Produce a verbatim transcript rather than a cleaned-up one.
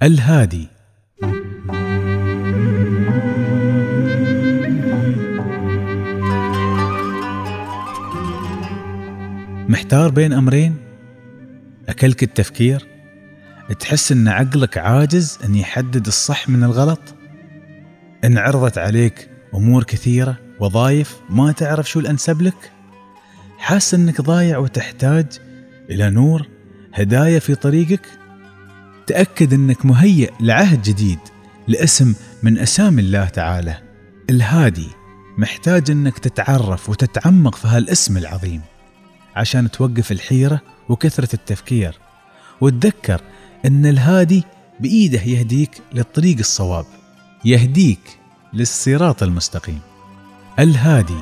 الهادي. محتار بين أمرين، أكلك التفكير، تحس أن عقلك عاجز أن يحدد الصح من الغلط، إن عرضت عليك أمور كثيرة وظائف ما تعرف شو الأنسب لك، حاس أنك ضايع وتحتاج إلى نور هداية في طريقك. تأكد أنك مهيئ لعهد جديد، لاسم من أسامي الله تعالى الهادي. محتاج أنك تتعرف وتتعمق في هالاسم العظيم عشان توقف الحيرة وكثرة التفكير، وتذكر أن الهادي بإيده يهديك للطريق الصواب، يهديك للصراط المستقيم. الهادي.